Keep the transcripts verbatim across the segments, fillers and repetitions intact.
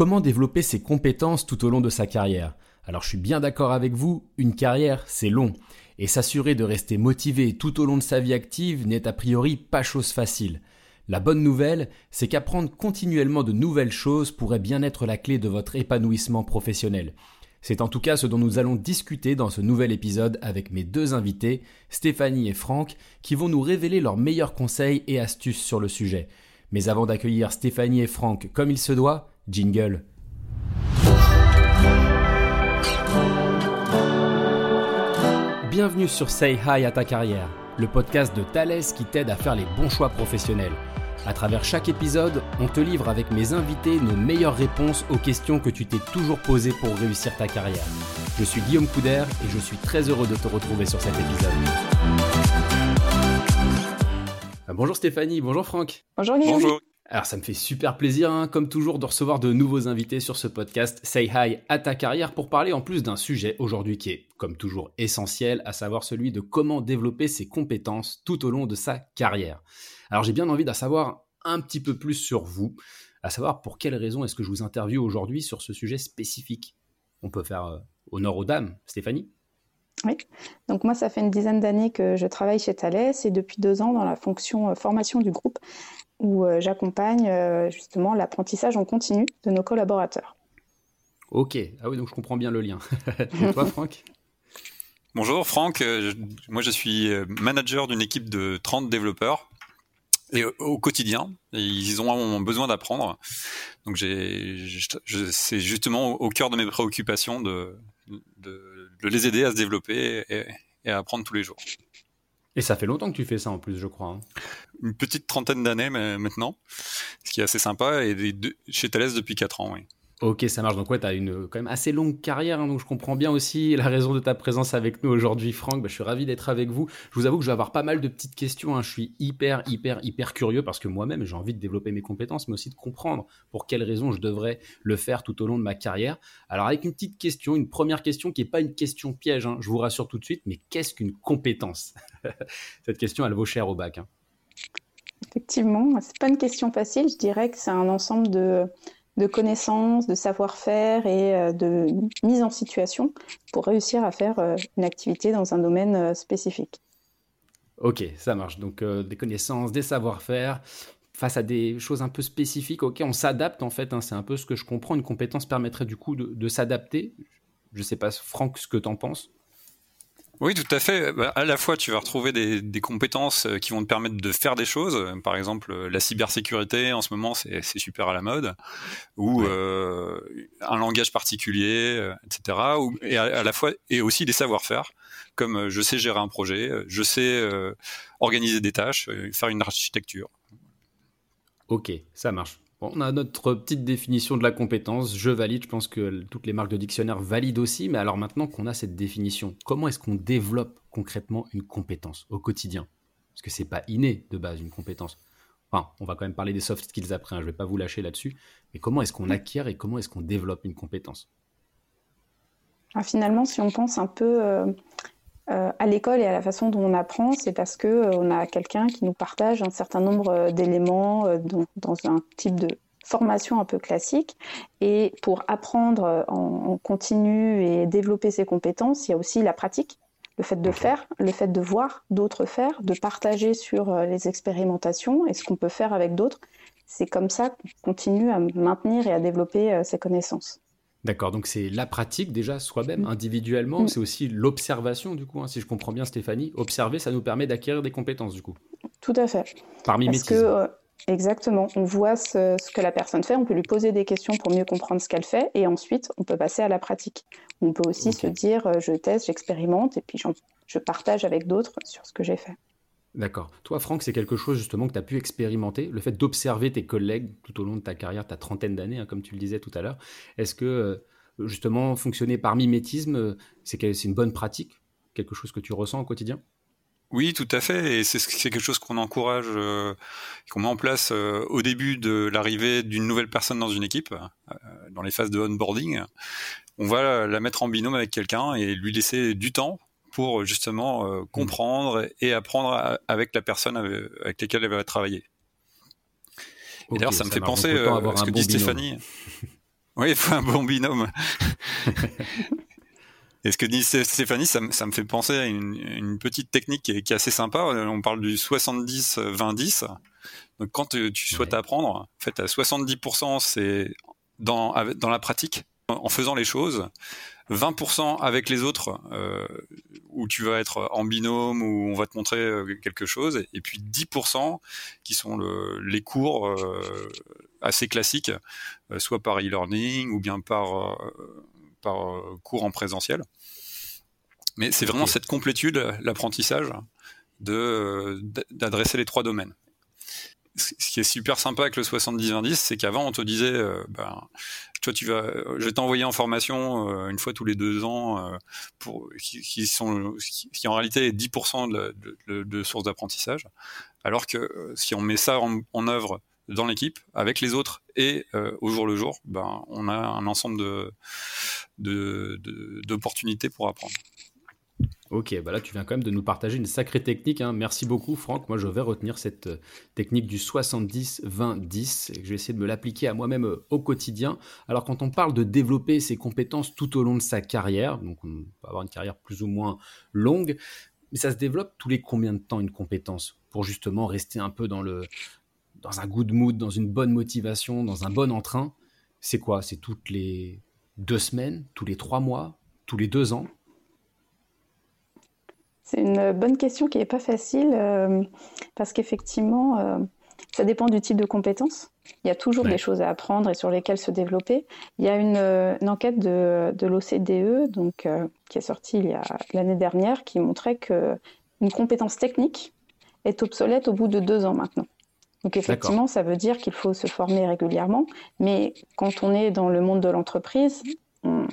Comment développer ses compétences tout au long de sa carrière ? Alors je suis bien d'accord avec vous, une carrière c'est long. Et s'assurer de rester motivé tout au long de sa vie active n'est a priori pas chose facile. La bonne nouvelle, c'est qu'apprendre continuellement de nouvelles choses pourrait bien être la clé de votre épanouissement professionnel. C'est en tout cas ce dont nous allons discuter dans ce nouvel épisode avec mes deux invités, Stéphanie et Franck, qui vont nous révéler leurs meilleurs conseils et astuces sur le sujet. Mais avant d'accueillir Stéphanie et Franck comme il se doit, jingle. Bienvenue sur Say Hi à ta carrière, le podcast de Thales qui t'aide à faire les bons choix professionnels. À travers chaque épisode, on te livre avec mes invités nos meilleures réponses aux questions que tu t'es toujours posées pour réussir ta carrière. Je suis Guillaume Couder et je suis très heureux de te retrouver sur cet épisode. Bonjour Stéphanie, bonjour Franck. Bonjour Guillaume. Bonjour. Alors ça me fait super plaisir, hein, comme toujours, de recevoir de nouveaux invités sur ce podcast Say Hi à ta carrière pour parler en plus d'un sujet aujourd'hui qui est, comme toujours, essentiel, à savoir celui de comment développer ses compétences tout au long de sa carrière. Alors j'ai bien envie d'en savoir un petit peu plus sur vous, à savoir pour quelles raisons est-ce que je vous interviewe aujourd'hui sur ce sujet spécifique. On peut faire euh, honneur aux dames. Stéphanie ? Oui, donc moi ça fait une dizaine d'années que je travaille chez Thales et depuis deux ans dans la fonction euh, formation du groupe où euh, j'accompagne euh, justement l'apprentissage en continu de nos collaborateurs. Ok, ah oui donc je comprends bien le lien. Et toi Franck ? Bonjour Franck, euh, je, moi je suis manager d'une équipe de trente développeurs et au, au quotidien, ils ont besoin d'apprendre. Donc j'ai, je, je, c'est justement au, au cœur de mes préoccupations de, de, de les aider à se développer et, et à apprendre tous les jours. Et ça fait longtemps que tu fais ça en plus, je crois. Hein. Une petite trentaine d'années maintenant, ce qui est assez sympa, et des, de, chez Thales depuis quatre ans, oui. Ok, ça marche. Donc ouais, tu as une quand même assez longue carrière, hein, donc je comprends bien aussi la raison de ta présence avec nous aujourd'hui, Franck. Bah, je suis ravi d'être avec vous. Je vous avoue que je vais avoir pas mal de petites questions. Hein. Je suis hyper, hyper, hyper curieux parce que moi-même, j'ai envie de développer mes compétences, mais aussi de comprendre pour quelles raisons je devrais le faire tout au long de ma carrière. Alors avec une petite question, une première question qui n'est pas une question piège, hein, je vous rassure tout de suite, mais qu'est-ce qu'une compétence ? Cette question, elle vaut cher au bac. Hein. Effectivement, c'est pas une question facile. Je dirais que c'est un ensemble de... de connaissances, de savoir-faire et de mise en situation pour réussir à faire une activité dans un domaine spécifique. Ok, ça marche. Donc euh, des connaissances, des savoir-faire face à des choses un peu spécifiques. Ok, on s'adapte en fait, hein, c'est un peu ce que je comprends. Une compétence permettrait du coup de, de s'adapter. Je ne sais pas, Franck, ce que tu en penses. Oui, tout à fait. À la fois, tu vas retrouver des, des compétences qui vont te permettre de faire des choses. Par exemple, la cybersécurité, en ce moment, c'est, c'est super à la mode. Ou ouais. euh, un langage particulier, et cetera. Ou, et à, à la fois, et aussi des savoir-faire, comme je sais gérer un projet, je sais euh, organiser des tâches, faire une architecture. Ok, ça marche. Bon, on a notre petite définition de la compétence, je valide, je pense que toutes les marques de dictionnaire valident aussi, mais alors maintenant qu'on a cette définition, comment est-ce qu'on développe concrètement une compétence au quotidien ? Parce que c'est pas inné de base une compétence. Enfin, on va quand même parler des soft skills après, hein, je vais pas vous lâcher là-dessus, mais comment est-ce qu'on acquiert et comment est-ce qu'on développe une compétence ? Alors finalement, si on pense un peu euh, euh, à l'école et à la façon dont on apprend, c'est parce qu'on euh, a quelqu'un qui nous partage un certain nombre d'éléments euh, dans, dans un type de formation un peu classique. Et pour apprendre en, en continu et développer ses compétences, il y a aussi la pratique, le fait de okay. faire, le fait de voir d'autres faire, de partager sur les expérimentations et ce qu'on peut faire avec d'autres. C'est comme ça qu'on continue à maintenir et à développer ses connaissances. D'accord, donc c'est la pratique déjà soi-même, individuellement, mmh. c'est aussi l'observation du coup, hein, si je comprends bien Stéphanie. Observer, ça nous permet d'acquérir des compétences du coup. Tout à fait. Par mimétisme. Parce que, euh, exactement, on voit ce, ce que la personne fait, on peut lui poser des questions pour mieux comprendre ce qu'elle fait et ensuite on peut passer à la pratique. On peut aussi okay. se dire, euh, je teste, j'expérimente et puis j'en, je partage avec d'autres sur ce que j'ai fait. D'accord. Toi, Franck, c'est quelque chose justement que tu as pu expérimenter, le fait d'observer tes collègues tout au long de ta carrière, ta trentaine d'années, hein, comme tu le disais tout à l'heure. Est-ce que euh, justement fonctionner par mimétisme, c'est, que, c'est une bonne pratique, quelque chose que tu ressens au quotidien ? Oui, tout à fait, et c'est, c'est quelque chose qu'on encourage, euh, qu'on met en place euh, au début de l'arrivée d'une nouvelle personne dans une équipe, euh, dans les phases de onboarding. On va la mettre en binôme avec quelqu'un et lui laisser du temps pour justement euh, comprendre et apprendre à, avec la personne avec, avec laquelle elle va travailler. Okay, et d'ailleurs, ça me ça fait penser euh, à ce que bon dit binôme. Stéphanie. Oui, il faut un bon binôme. Et ce que dit Stéphanie, ça, ça me fait penser à une, une petite technique qui est, qui est assez sympa. On parle du soixante-dix vingt dix. Donc, quand tu, tu souhaites ouais. apprendre, en fait, à soixante-dix pour cent, c'est dans, dans la pratique, en faisant les choses. vingt pour cent avec les autres, euh, où tu vas être en binôme, où on va te montrer quelque chose. Et puis dix pour cent qui sont le, les cours euh, assez classiques, euh, soit par e-learning ou bien par... Euh, par euh, cours en présentiel. Mais c'est vraiment okay. cette complétude, l'apprentissage, de, d'adresser les trois domaines. Ce qui est super sympa avec le soixante-dix vingt dix, c'est qu'avant, on te disait, euh, ben, toi, tu vas, je vais t'envoyer en formation euh, une fois tous les deux ans, euh, pour, qui, qui, sont, qui, qui en réalité est dix pour cent de, de, de, de sources d'apprentissage. Alors que euh, si on met ça en, en œuvre dans l'équipe, avec les autres et euh, au jour le jour, ben, on a un ensemble de, de, de, d'opportunités pour apprendre. Ok, bah là tu viens quand même de nous partager une sacrée technique, hein. Merci beaucoup Franck, moi je vais retenir cette technique du soixante-dix vingt dix et je vais essayer de me l'appliquer à moi-même au quotidien. Alors quand on parle de développer ses compétences tout au long de sa carrière, donc on peut avoir une carrière plus ou moins longue, mais ça se développe tous les combien de temps une compétence pour justement rester un peu dans le... dans un good mood, dans une bonne motivation, dans un bon entrain? C'est quoi? C'est toutes les deux semaines, tous les trois mois, tous les deux ans? C'est une bonne question qui n'est pas facile euh, parce qu'effectivement, euh, ça dépend du type de compétences. Il y a toujours ouais. des choses à apprendre et sur lesquelles se développer. Il y a une, une enquête de, de l'O C D E donc, euh, qui est sortie il y a, l'année dernière qui montrait qu'une compétence technique est obsolète au bout de deux ans maintenant. Donc effectivement, D'accord. ça veut dire qu'il faut se former régulièrement, mais quand on est dans le monde de l'entreprise, on,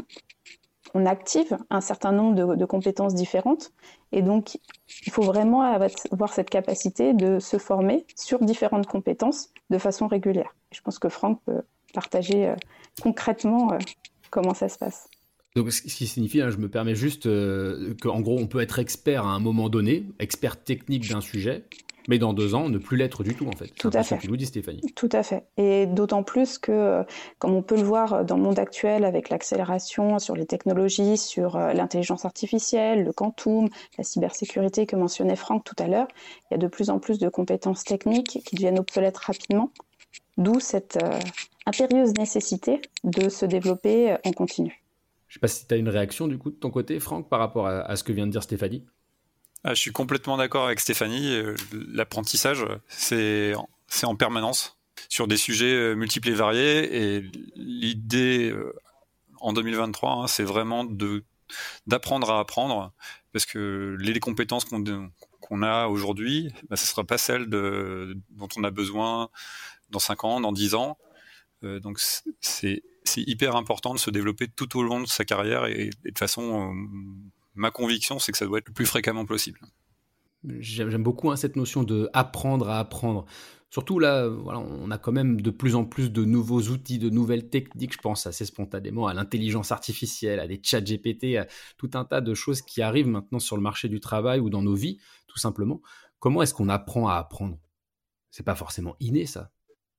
on active un certain nombre de, de compétences différentes, et donc il faut vraiment avoir cette capacité de se former sur différentes compétences de façon régulière. Je pense que Franck peut partager euh, concrètement euh, comment ça se passe. Donc, ce qui signifie, hein, je me permets juste euh, qu'en gros, on peut être expert à un moment donné, expert technique d'un sujet, mais dans deux ans, ne plus l'être du tout, en fait. Tout à fait. C'est ce que nous dit Stéphanie. Tout à fait. Et d'autant plus que, comme on peut le voir dans le monde actuel, avec l'accélération sur les technologies, sur l'intelligence artificielle, le quantum, la cybersécurité que mentionnait Franck tout à l'heure, il y a de plus en plus de compétences techniques qui deviennent obsolètes rapidement, d'où cette euh, impérieuse nécessité de se développer en continu. Je ne sais pas si tu as une réaction, du coup, de ton côté, Franck, par rapport à, à ce que vient de dire Stéphanie. Ah, je suis complètement d'accord avec Stéphanie. L'apprentissage, c'est, c'est en permanence sur des sujets multiples et variés. Et l'idée en deux mille vingt-trois, hein, c'est vraiment de, d'apprendre à apprendre, parce que les compétences qu'on, qu'on a aujourd'hui, bah, ce ne sera pas celles de, dont on a besoin dans cinq ans, dans dix ans. Euh, donc c'est, c'est hyper important de se développer tout au long de sa carrière et, et de façon... Euh, ma conviction, c'est que ça doit être le plus fréquemment possible. J'aime beaucoup hein, cette notion de apprendre à apprendre. Surtout là, voilà, on a quand même de plus en plus de nouveaux outils, de nouvelles techniques. Je pense assez spontanément à l'intelligence artificielle, à des chats G P T, à tout un tas de choses qui arrivent maintenant sur le marché du travail ou dans nos vies, tout simplement. Comment est-ce qu'on apprend à apprendre? C'est pas forcément inné, ça.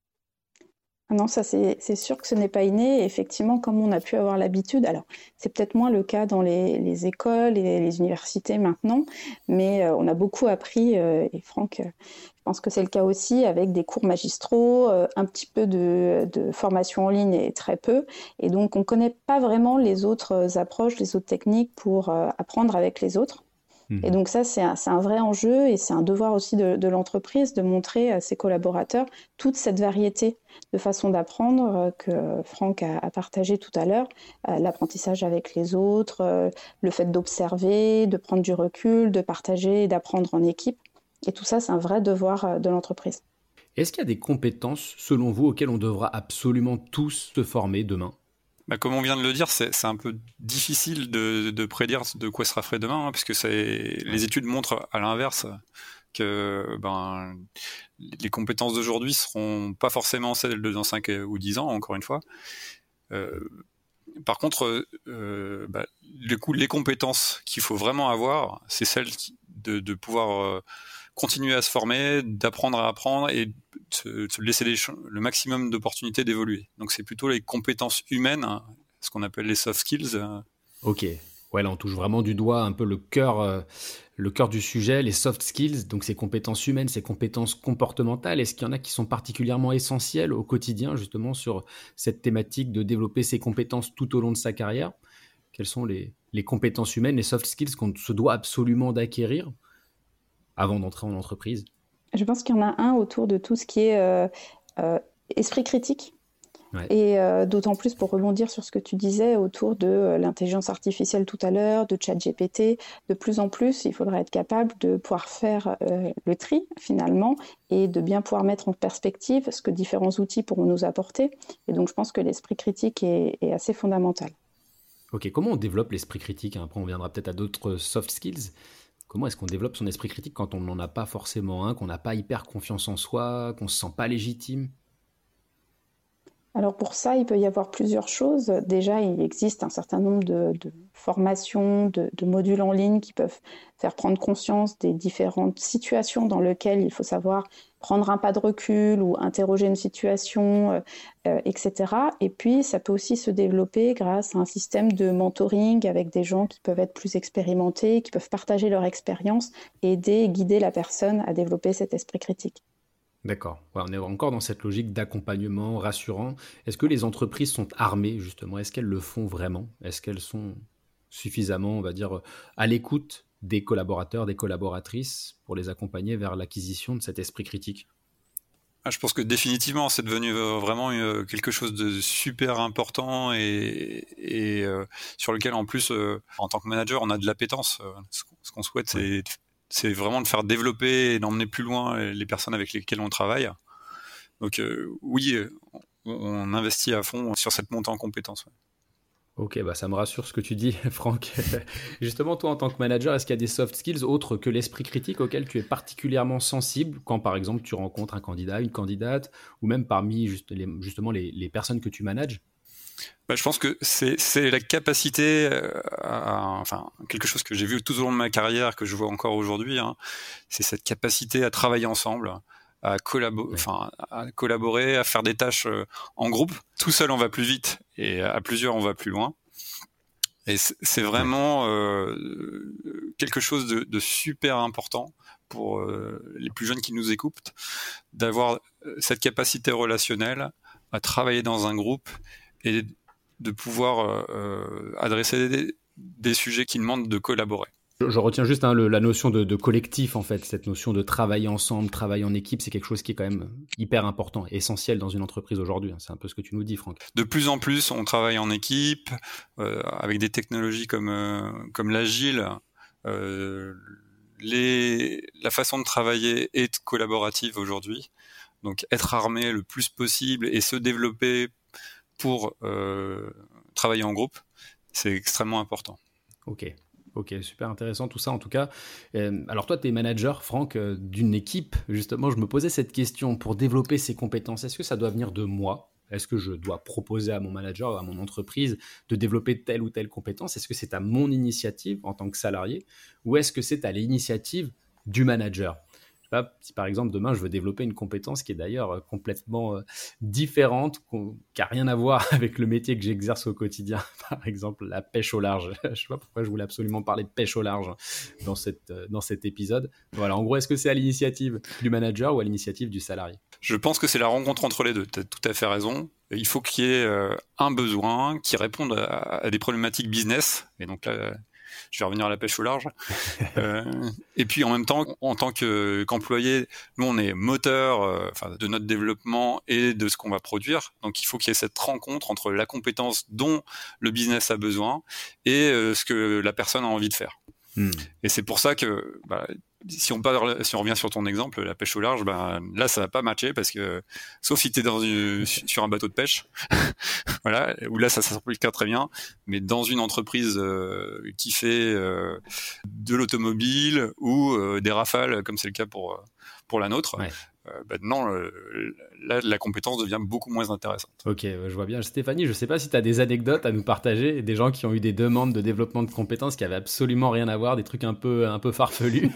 Non, ça c'est, c'est sûr que ce n'est pas inné. Et effectivement, comme on a pu avoir l'habitude, alors c'est peut-être moins le cas dans les, les écoles et les universités maintenant, mais euh, on a beaucoup appris, euh, et Franck, euh, je pense que c'est le cas aussi, avec des cours magistraux, euh, un petit peu de, de formation en ligne et très peu. Et donc on ne connaît pas vraiment les autres approches, les autres techniques pour euh, apprendre avec les autres. Et donc ça, c'est un, c'est un vrai enjeu et c'est un devoir aussi de, de l'entreprise de montrer à ses collaborateurs toute cette variété de façons d'apprendre que Franck a, a partagé tout à l'heure, euh, l'apprentissage avec les autres, euh, le fait d'observer, de prendre du recul, de partager et d'apprendre en équipe. Et tout ça, c'est un vrai devoir de l'entreprise. Est-ce qu'il y a des compétences, selon vous, auxquelles on devra absolument tous se former demain ? Bah, comme on vient de le dire, c'est, c'est un peu difficile de, de prédire de quoi sera fait demain, hein, puisque c'est, les études montrent à l'inverse que ben, les compétences d'aujourd'hui seront pas forcément celles de dans cinq ou dix ans, encore une fois. Euh, par contre, euh, bah, les, les compétences qu'il faut vraiment avoir, c'est celles de, de pouvoir euh, continuer à se former, d'apprendre à apprendre et de se laisser les, le maximum d'opportunités d'évoluer. Donc c'est plutôt les compétences humaines, hein, ce qu'on appelle les soft skills. Ok, ouais, là on touche vraiment du doigt un peu le cœur, euh, le cœur du sujet, les soft skills, donc ces compétences humaines, ces compétences comportementales. Est-ce qu'il y en a qui sont particulièrement essentielles au quotidien justement sur cette thématique de développer ces compétences tout au long de sa carrière ? Quelles sont les, les compétences humaines, les soft skills qu'on se doit absolument d'acquérir avant d'entrer en entreprise ? Je pense qu'il y en a un autour de tout ce qui est euh, euh, esprit critique. Ouais. Et euh, d'autant plus pour rebondir sur ce que tu disais autour de euh, l'intelligence artificielle tout à l'heure, de ChatGPT, de plus en plus, il faudra être capable de pouvoir faire euh, le tri finalement et de bien pouvoir mettre en perspective ce que différents outils pourront nous apporter. Et donc je pense que l'esprit critique est, est assez fondamental. Ok, comment on développe l'esprit critique ? Après on viendra peut-être à d'autres soft skills. Comment est-ce qu'on développe son esprit critique quand on n'en a pas forcément un, qu'on n'a pas hyper confiance en soi, qu'on ne se sent pas légitime ? Alors pour ça, il peut y avoir plusieurs choses. Déjà, il existe un certain nombre de, de formations, de, de modules en ligne qui peuvent faire prendre conscience des différentes situations dans lesquelles il faut savoir prendre un pas de recul ou interroger une situation, euh, et cetera. Et puis, ça peut aussi se développer grâce à un système de mentoring avec des gens qui peuvent être plus expérimentés, qui peuvent partager leur expérience et aider et guider la personne à développer cet esprit critique. D'accord. Ouais, on est encore dans cette logique d'accompagnement rassurant. Est-ce que les entreprises sont armées, justement ? Est-ce qu'elles le font vraiment ? Est-ce qu'elles sont suffisamment, on va dire, à l'écoute des collaborateurs, des collaboratrices pour les accompagner vers l'acquisition de cet esprit critique ? Ah, je pense que définitivement, c'est devenu vraiment quelque chose de super important et, et euh, sur lequel, en plus, euh, en tant que manager, on a de l'appétence. Ce qu'on souhaite, c'est... c'est vraiment de faire développer et d'emmener plus loin les personnes avec lesquelles on travaille. Donc euh, oui, on, on investit à fond sur cette montée en compétences. Ouais. Ok, bah ça me rassure ce que tu dis, Franck. Justement, toi, en tant que manager, est-ce qu'il y a des soft skills autres que l'esprit critique auxquels tu es particulièrement sensible quand, par exemple, tu rencontres un candidat, une candidate, ou même parmi juste les, justement les, les personnes que tu manages ? Bah, je pense que c'est, c'est la capacité, à, enfin quelque chose que j'ai vu tout au long de ma carrière, que je vois encore aujourd'hui, hein, c'est cette capacité à travailler ensemble, à, collabo- ouais. enfin, à collaborer, à faire des tâches en groupe. Tout seul, on va plus vite, et à plusieurs, on va plus loin. Et c'est, c'est vraiment ouais. euh, quelque chose de, de super important pour euh, les plus jeunes qui nous écoutent, d'avoir cette capacité relationnelle à travailler dans un groupe et de pouvoir euh, adresser des, des sujets qui demandent de collaborer. Je, je retiens juste hein, le, la notion de, de collectif, en fait, cette notion de travailler ensemble, travailler en équipe, c'est quelque chose qui est quand même hyper important, essentiel dans une entreprise aujourd'hui. C'est un peu ce que tu nous dis, Franck. De plus en plus, on travaille en équipe, euh, avec des technologies comme, euh, comme l'agile. Euh, les, la façon de travailler est collaborative aujourd'hui. Donc être armé le plus possible et se développer pour euh, travailler en groupe, c'est extrêmement important. Ok, ok, super intéressant tout ça en tout cas. Euh, alors toi, tu es manager, Franck, euh, d'une équipe. Justement, je me posais cette question pour développer ces compétences. Est-ce que ça doit venir de moi ? Est-ce que je dois proposer à mon manager, à mon entreprise de développer telle ou telle compétence ? Est-ce que c'est à mon initiative en tant que salarié ? Ou est-ce que c'est à l'initiative du manager ? Pas, si par exemple demain je veux développer une compétence qui est d'ailleurs complètement euh, différente, qui n'a rien à voir avec le métier que j'exerce au quotidien, par exemple la pêche au large. Je ne sais pas pourquoi je voulais absolument parler de pêche au large dans, cette, euh, dans cet épisode. Voilà, en gros, est-ce que c'est à l'initiative du manager ou à l'initiative du salarié ? Je pense que c'est la rencontre entre les deux, tu as tout à fait raison. Il faut qu'il y ait euh, un besoin qui réponde à, à des problématiques business, et donc là... je vais revenir à la pêche au large. euh, et puis en même temps, en tant que, qu'employé, nous on est moteur euh, enfin, de notre développement et de ce qu'on va produire. Donc il faut qu'il y ait cette rencontre entre la compétence dont le business a besoin et euh, ce que la personne a envie de faire. Mmh. Et c'est pour ça que bah, si on parle, si on revient sur ton exemple, la pêche au large, bah, là ça va pas matcher parce que sauf si t'es dans une, sur un bateau de pêche, voilà, où là ça s'appliquera très bien, mais dans une entreprise euh, qui fait euh, de l'automobile ou euh, des rafales, comme c'est le cas pour pour la nôtre, ouais. euh, bah, non, euh, là, la compétence devient beaucoup moins intéressante. Ok, je vois bien. Stéphanie, je ne sais pas si tu as des anecdotes à nous partager, des gens qui ont eu des demandes de développement de compétences qui avaient absolument rien à voir, des trucs un peu, un peu farfelus.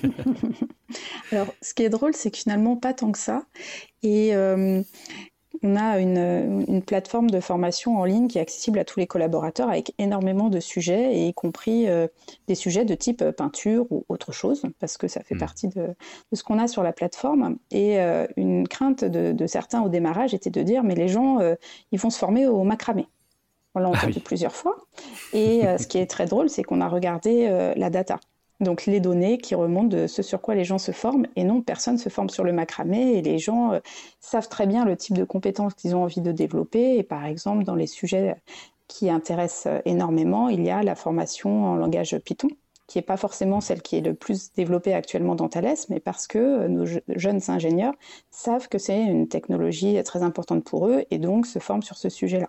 Alors, ce qui est drôle, c'est que finalement, pas tant que ça. Et euh, on a une, une plateforme de formation en ligne qui est accessible à tous les collaborateurs avec énormément de sujets, et y compris euh, des sujets de type peinture ou autre chose, parce que ça fait mmh. partie de, de ce qu'on a sur la plateforme. Et euh, une crainte de, de certains au démarrage était de dire, mais les gens, euh, ils vont se former au macramé. On l'a entendu ah oui. plusieurs fois. Et euh, ce qui est très drôle, c'est qu'on a regardé euh, la data. Donc les données qui remontent de ce sur quoi les gens se forment, et non, personne ne se forme sur le macramé, et les gens euh, savent très bien le type de compétences qu'ils ont envie de développer. Et par exemple, dans les sujets qui intéressent énormément, il y a la formation en langage Python, qui n'est pas forcément celle qui est le plus développée actuellement dans Thales, mais parce que nos je- jeunes ingénieurs savent que c'est une technologie très importante pour eux, et donc se forment sur ce sujet-là.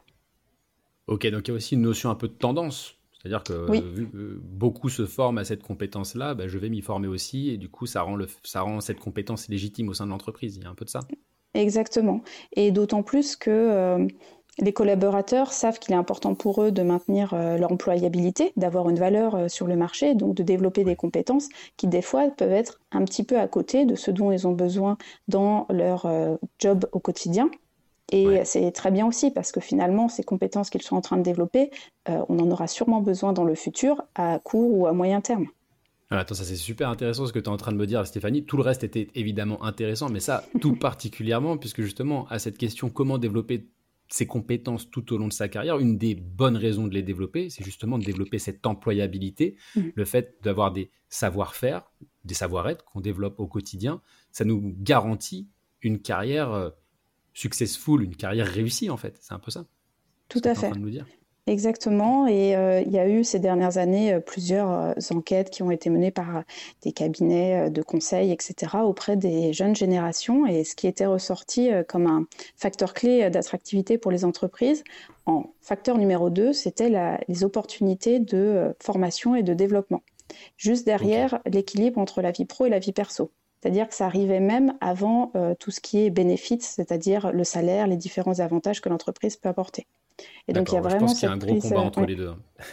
Ok, donc il y a aussi une notion un peu de tendance. C'est-à-dire que oui. vu que beaucoup se forment à cette compétence-là, bah, je vais m'y former aussi, et du coup, ça rend, le, ça rend cette compétence légitime au sein de l'entreprise. Il y a un peu de ça. Exactement. Et d'autant plus que euh, les collaborateurs savent qu'il est important pour eux de maintenir euh, leur employabilité, d'avoir une valeur euh, sur le marché, donc de développer des compétences qui, des fois, peuvent être un petit peu à côté de ce dont ils ont besoin dans leur euh, job au quotidien. Et ouais. c'est très bien aussi, parce que finalement, ces compétences qu'ils sont en train de développer, euh, on en aura sûrement besoin dans le futur, à court ou à moyen terme. Alors attends, ça c'est super intéressant ce que tu es en train de me dire, Stéphanie. Tout le reste était évidemment intéressant, mais ça tout particulièrement, puisque justement, à cette question, comment développer ses compétences tout au long de sa carrière, une des bonnes raisons de les développer, c'est justement de développer cette employabilité, mmh. le fait d'avoir des savoir-faire, des savoir-être qu'on développe au quotidien, ça nous garantit une carrière... Euh, successful, une carrière réussie en fait, c'est un peu ça. Tout à fait. En train de nous dire. Exactement, et euh, il y a eu ces dernières années euh, plusieurs euh, enquêtes qui ont été menées par euh, des cabinets euh, de conseil, et cetera, auprès des jeunes générations, et ce qui était ressorti euh, comme un facteur clé d'attractivité pour les entreprises, en facteur numéro deux, c'était la, les opportunités de euh, formation et de développement. Juste derrière, okay. l'équilibre entre la vie pro et la vie perso. C'est-à-dire que ça arrivait même avant euh, tout ce qui est bénéfice, c'est-à-dire le salaire, les différents avantages que l'entreprise peut apporter. Et donc, il y a vraiment je pense qu'il y a un gros combat entre ouais. les deux.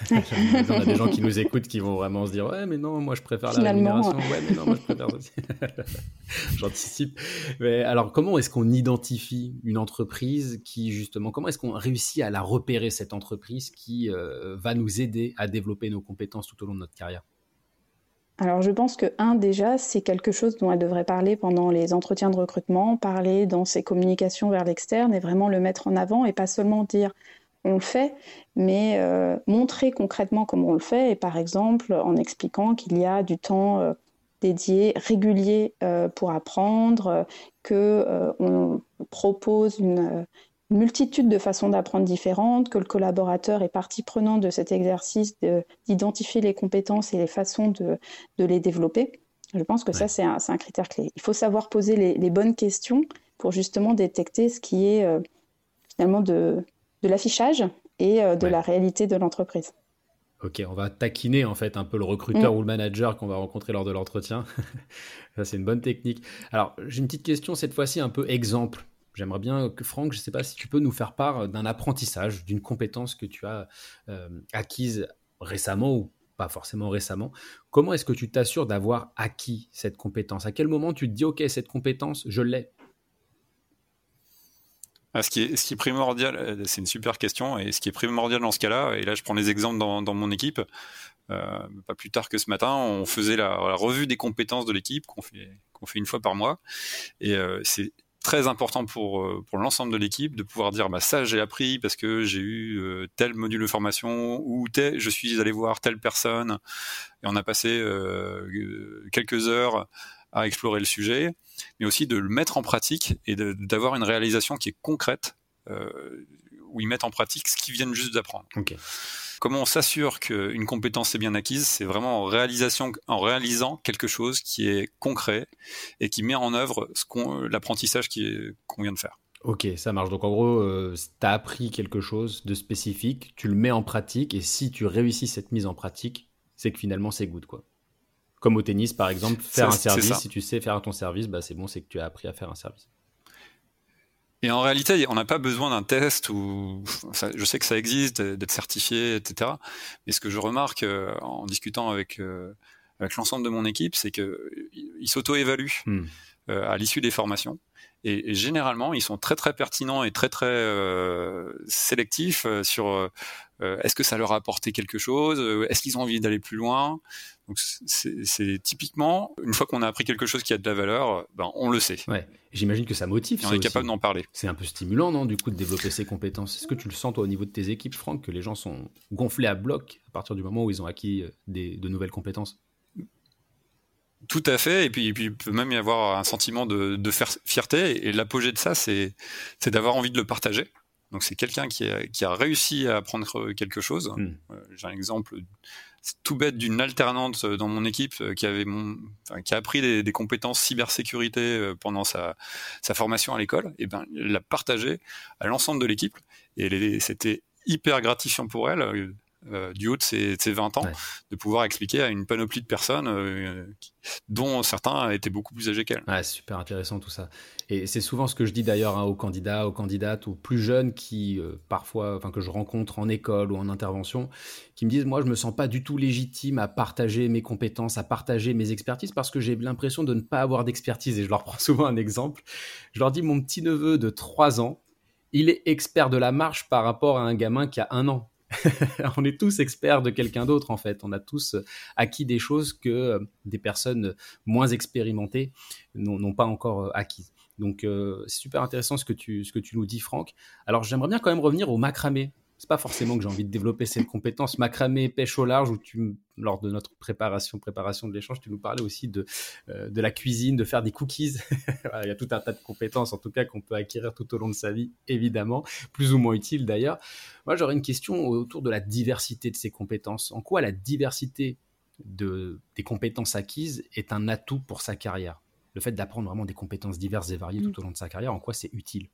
On a des gens qui nous écoutent qui vont vraiment se dire « Ouais, mais non, moi je préfère Finalement, la rémunération. Ouais, mais non, moi je préfère aussi. » J'anticipe. Mais alors, comment est-ce qu'on identifie une entreprise qui, justement, comment est-ce qu'on réussit à la repérer, cette entreprise qui euh, va nous aider à développer nos compétences tout au long de notre carrière ? Alors, je pense que, un, déjà, c'est quelque chose dont elle devrait parler pendant les entretiens de recrutement, parler dans ses communications vers l'externe et vraiment le mettre en avant, et pas seulement dire on le fait, mais euh, montrer concrètement comment on le fait, et par exemple en expliquant qu'il y a du temps euh, dédié régulier euh, pour apprendre, euh, que euh, on propose une... Euh, une multitude de façons d'apprendre différentes, que le collaborateur est partie prenante de cet exercice de, d'identifier les compétences et les façons de, de les développer. Je pense que ouais. ça, c'est un, c'est un critère clé. Il faut savoir poser les, les bonnes questions pour justement détecter ce qui est euh, finalement de, de l'affichage et euh, de ouais. la réalité de l'entreprise. Ok, on va taquiner en fait un peu le recruteur mmh. ou le manager qu'on va rencontrer lors de l'entretien. Ça, c'est une bonne technique. Alors, j'ai une petite question cette fois-ci un peu exemple. J'aimerais bien que Franck, je ne sais pas si tu peux nous faire part d'un apprentissage, d'une compétence que tu as euh, acquise récemment ou pas forcément récemment. Comment est-ce que tu t'assures d'avoir acquis cette compétence ? À quel moment tu te dis « Ok, cette compétence, je l'ai » ? Ah, ce, qui est, ce qui est primordial, c'est une super question, et ce qui est primordial dans ce cas-là, et là je prends les exemples dans, dans mon équipe, euh, pas plus tard que ce matin, on faisait la, la revue des compétences de l'équipe qu'on fait, qu'on fait une fois par mois, et euh, c'est très important pour, pour l'ensemble de l'équipe de pouvoir dire bah, ça j'ai appris parce que j'ai eu euh, tel module de formation, ou tel, je suis allé voir telle personne et on a passé euh, quelques heures à explorer le sujet, mais aussi de le mettre en pratique et de, d'avoir une réalisation qui est concrète, euh, où ils mettent en pratique ce qu'ils viennent juste d'apprendre. Okay. Comment on s'assure qu'une compétence est bien acquise ? C'est vraiment en, réalisation, en réalisant quelque chose qui est concret et qui met en œuvre ce qu'on, l'apprentissage qui est, qu'on vient de faire. Ok, ça marche. Donc en gros, euh, tu as appris quelque chose de spécifique, tu le mets en pratique, et si tu réussis cette mise en pratique, c'est que finalement c'est good, quoi. Comme au tennis, par exemple, faire C'est- un c'est service, ça. si tu sais faire ton service, bah, c'est bon, c'est que tu as appris à faire un service. Et en réalité, on n'a pas besoin d'un test ou ça, je sais que ça existe, d'être certifié, et cetera. Mais ce que je remarque euh, en discutant avec euh, avec l'ensemble de mon équipe, c'est que ils s'auto-évaluent Hmm. euh, à l'issue des formations. Et, et généralement, ils sont très très pertinents et très très euh, sélectifs euh, sur euh, est-ce que ça leur a apporté quelque chose, euh, est-ce qu'ils ont envie d'aller plus loin. Donc c'est, c'est typiquement une fois qu'on a appris quelque chose qui a de la valeur, ben on le sait. Ouais. J'imagine que ça motive. Et on ça est aussi. capable d'en parler. C'est un peu stimulant, non, du coup, de développer ses compétences. Est-ce que tu le sens, toi, au niveau de tes équipes, Franck, que les gens sont gonflés à bloc à partir du moment où ils ont acquis des, de nouvelles compétences? Tout à fait, et puis, et puis il peut même y avoir un sentiment de, de fierté, et l'apogée de ça, c'est, c'est d'avoir envie de le partager. Donc c'est quelqu'un qui a, qui a réussi à apprendre quelque chose. Mm. Euh, j'ai un exemple tout bête d'une alternante dans mon équipe qui avait mon, enfin, qui a appris des, des compétences cybersécurité pendant sa, sa formation à l'école, et ben elle l'a partagé à l'ensemble de l'équipe, et elle, c'était hyper gratifiant pour elle. Euh, du haut de ses, de ses vingt ans, ouais. de pouvoir expliquer à une panoplie de personnes euh, qui, dont certains étaient beaucoup plus âgés qu'elle. Ouais, c'est super intéressant tout ça. Et c'est souvent ce que je dis d'ailleurs hein, aux candidats, aux candidates, aux plus jeunes qui euh, parfois, enfin que je rencontre en école ou en intervention, qui me disent moi je me sens pas du tout légitime à partager mes compétences, à partager mes expertises parce que j'ai l'impression de ne pas avoir d'expertise. Et je leur prends souvent un exemple. Je leur dis mon petit neveu de trois ans, il est expert de la marche par rapport à un gamin qui a un an. On est tous experts de quelqu'un d'autre en fait. On a tous acquis des choses que euh, des personnes moins expérimentées n'ont, n'ont pas encore euh, acquises. Donc euh, c'est super intéressant ce que tu ce que tu nous dis, Franck. Alors j'aimerais bien quand même revenir au macramé. C'est pas forcément que j'ai envie de développer cette compétence macramé, pêche au large, où tu, lors de notre préparation, préparation de l'échange, tu nous parlais aussi de, euh, de la cuisine, de faire des cookies. Il y a tout un tas de compétences, en tout cas, qu'on peut acquérir tout au long de sa vie, évidemment, plus ou moins utiles d'ailleurs. Moi, j'aurais une question autour de la diversité de ces compétences. En quoi la diversité de, des compétences acquises est un atout pour sa carrière? Le fait d'apprendre vraiment des compétences diverses et variées tout au long de sa carrière, en quoi c'est utile?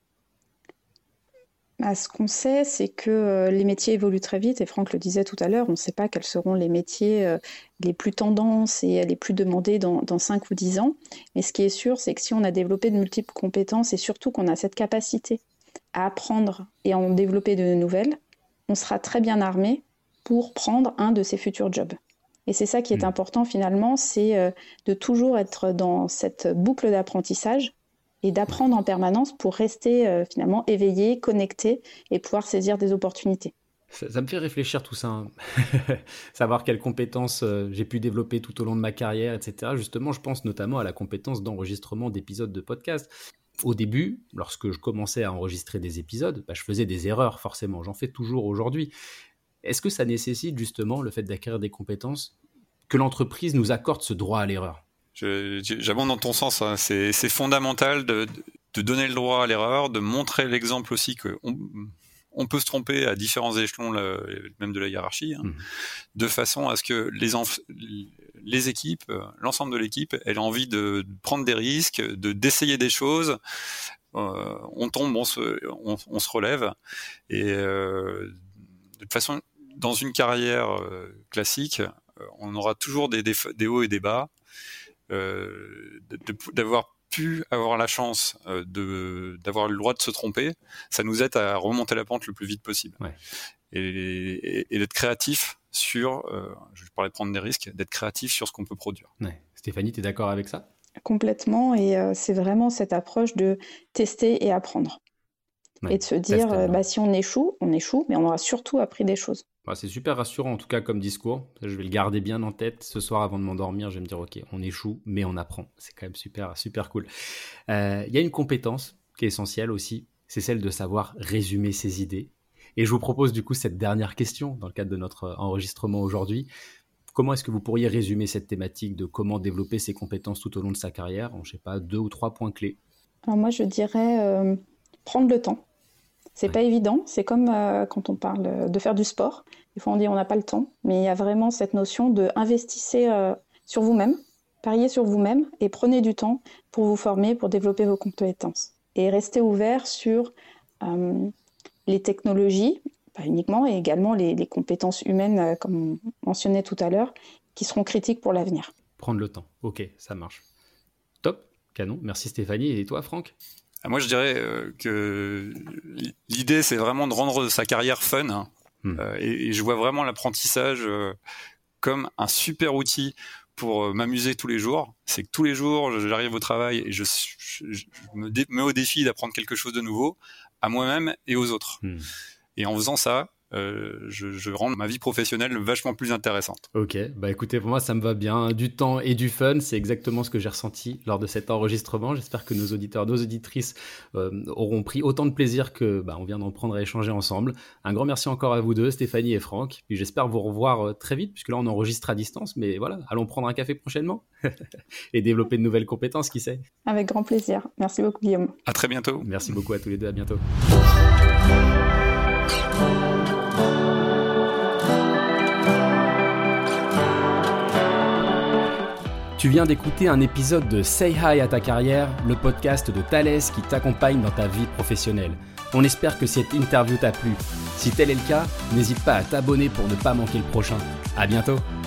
Bah, ce qu'on sait, c'est que euh, les métiers évoluent très vite, et Franck le disait tout à l'heure, on ne sait pas quels seront les métiers euh, les plus tendances et les plus demandés dans, dans cinq ou dix ans. Mais ce qui est sûr, c'est que si on a développé de multiples compétences et surtout qu'on a cette capacité à apprendre et à en développer de nouvelles, on sera très bien armé pour prendre un de ces futurs jobs. Et c'est ça qui est mmh. important finalement, c'est euh, de toujours être dans cette boucle d'apprentissage et d'apprendre en permanence pour rester euh, finalement éveillé, connecté et pouvoir saisir des opportunités. Ça, ça me fait réfléchir tout ça, hein. Savoir quelles compétences euh, j'ai pu développer tout au long de ma carrière, et cetera. Justement, je pense notamment à la compétence d'enregistrement d'épisodes de podcast. Au début, lorsque je commençais à enregistrer des épisodes, bah, je faisais des erreurs forcément, j'en fais toujours aujourd'hui. Est-ce que ça nécessite justement le fait d'acquérir des compétences que l'entreprise nous accorde ce droit à l'erreur ? Je, j'abonde dans ton sens, hein. c'est, c'est fondamental de, de donner le droit à l'erreur, de montrer l'exemple aussi qu'on on peut se tromper à différents échelons, là, même de la hiérarchie, hein, mmh. de façon à ce que les, enf- les équipes, l'ensemble de l'équipe, ait envie de prendre des risques, de, d'essayer des choses. Euh, on tombe, on se, on, on se relève. Et euh, de toute façon, dans une carrière euh, classique, on aura toujours des, des, des hauts et des bas. Euh, de, de, d'avoir pu avoir la chance euh, de, d'avoir le droit de se tromper, ça nous aide à remonter la pente le plus vite possible. Ouais. Et, et, et d'être créatif sur, euh, je parlais de prendre des risques, d'être créatif sur ce qu'on peut produire. Ouais. Stéphanie, tu es d'accord avec ça ? Complètement, et euh, c'est vraiment cette approche de tester et apprendre. Ouais. Et de se dire, euh, bah, si on échoue, on échoue, mais on aura surtout appris des choses. C'est super rassurant en tout cas comme discours. Je vais le garder bien en tête ce soir avant de m'endormir. Je vais me dire ok, on échoue, mais on apprend. C'est quand même super, super cool. Il euh, y a une compétence qui est essentielle aussi, c'est celle de savoir résumer ses idées. Et je vous propose du coup cette dernière question dans le cadre de notre enregistrement aujourd'hui. Comment est-ce que vous pourriez résumer cette thématique de comment développer ses compétences tout au long de sa carrière en, je sais pas, deux ou trois points clés? Alors moi je dirais euh, prendre le temps. C'est ouais. pas évident, c'est comme euh, quand on parle de faire du sport. Des fois on dit on n'a pas le temps, mais il y a vraiment cette notion de investissez euh, sur vous-même, pariez sur vous-même et prenez du temps pour vous former, pour développer vos compétences. Et restez ouvert sur euh, les technologies, pas uniquement, et également les, les compétences humaines, euh, comme on mentionnait tout à l'heure, qui seront critiques pour l'avenir. Prendre le temps. Ok, ça marche. Top, canon. Merci Stéphanie. Et toi, Franck ? Moi, je dirais euh, que l'idée, c'est vraiment de rendre sa carrière fun. Hein. Mmh. Euh, et, et je vois vraiment l'apprentissage euh, comme un super outil pour euh, m'amuser tous les jours. C'est que tous les jours, j'arrive au travail et je, je, je me dé- mets au défi d'apprendre quelque chose de nouveau à moi-même et aux autres. Mmh. Et en faisant ça, Euh, je, je rends ma vie professionnelle vachement plus intéressante. Ok, bah écoutez, pour moi ça me va bien. Du temps et du fun, c'est exactement ce que j'ai ressenti lors de cet enregistrement. J'espère que nos auditeurs, nos auditrices euh, auront pris autant de plaisir que bah, on vient d'en prendre à échanger ensemble. Un grand merci encore à vous deux, Stéphanie et Franck. Puis j'espère vous revoir euh, très vite, puisque là on enregistre à distance, mais voilà, allons prendre un café prochainement et développer de nouvelles compétences, qui sait. Avec grand plaisir. Merci beaucoup, Guillaume. À très bientôt. Merci beaucoup à tous les deux, à bientôt. Tu viens d'écouter un épisode de Say Hi à ta carrière, le podcast de Thales qui t'accompagne dans ta vie professionnelle. On espère que cette interview t'a plu. Si tel est le cas, n'hésite pas à t'abonner pour ne pas manquer le prochain. À bientôt.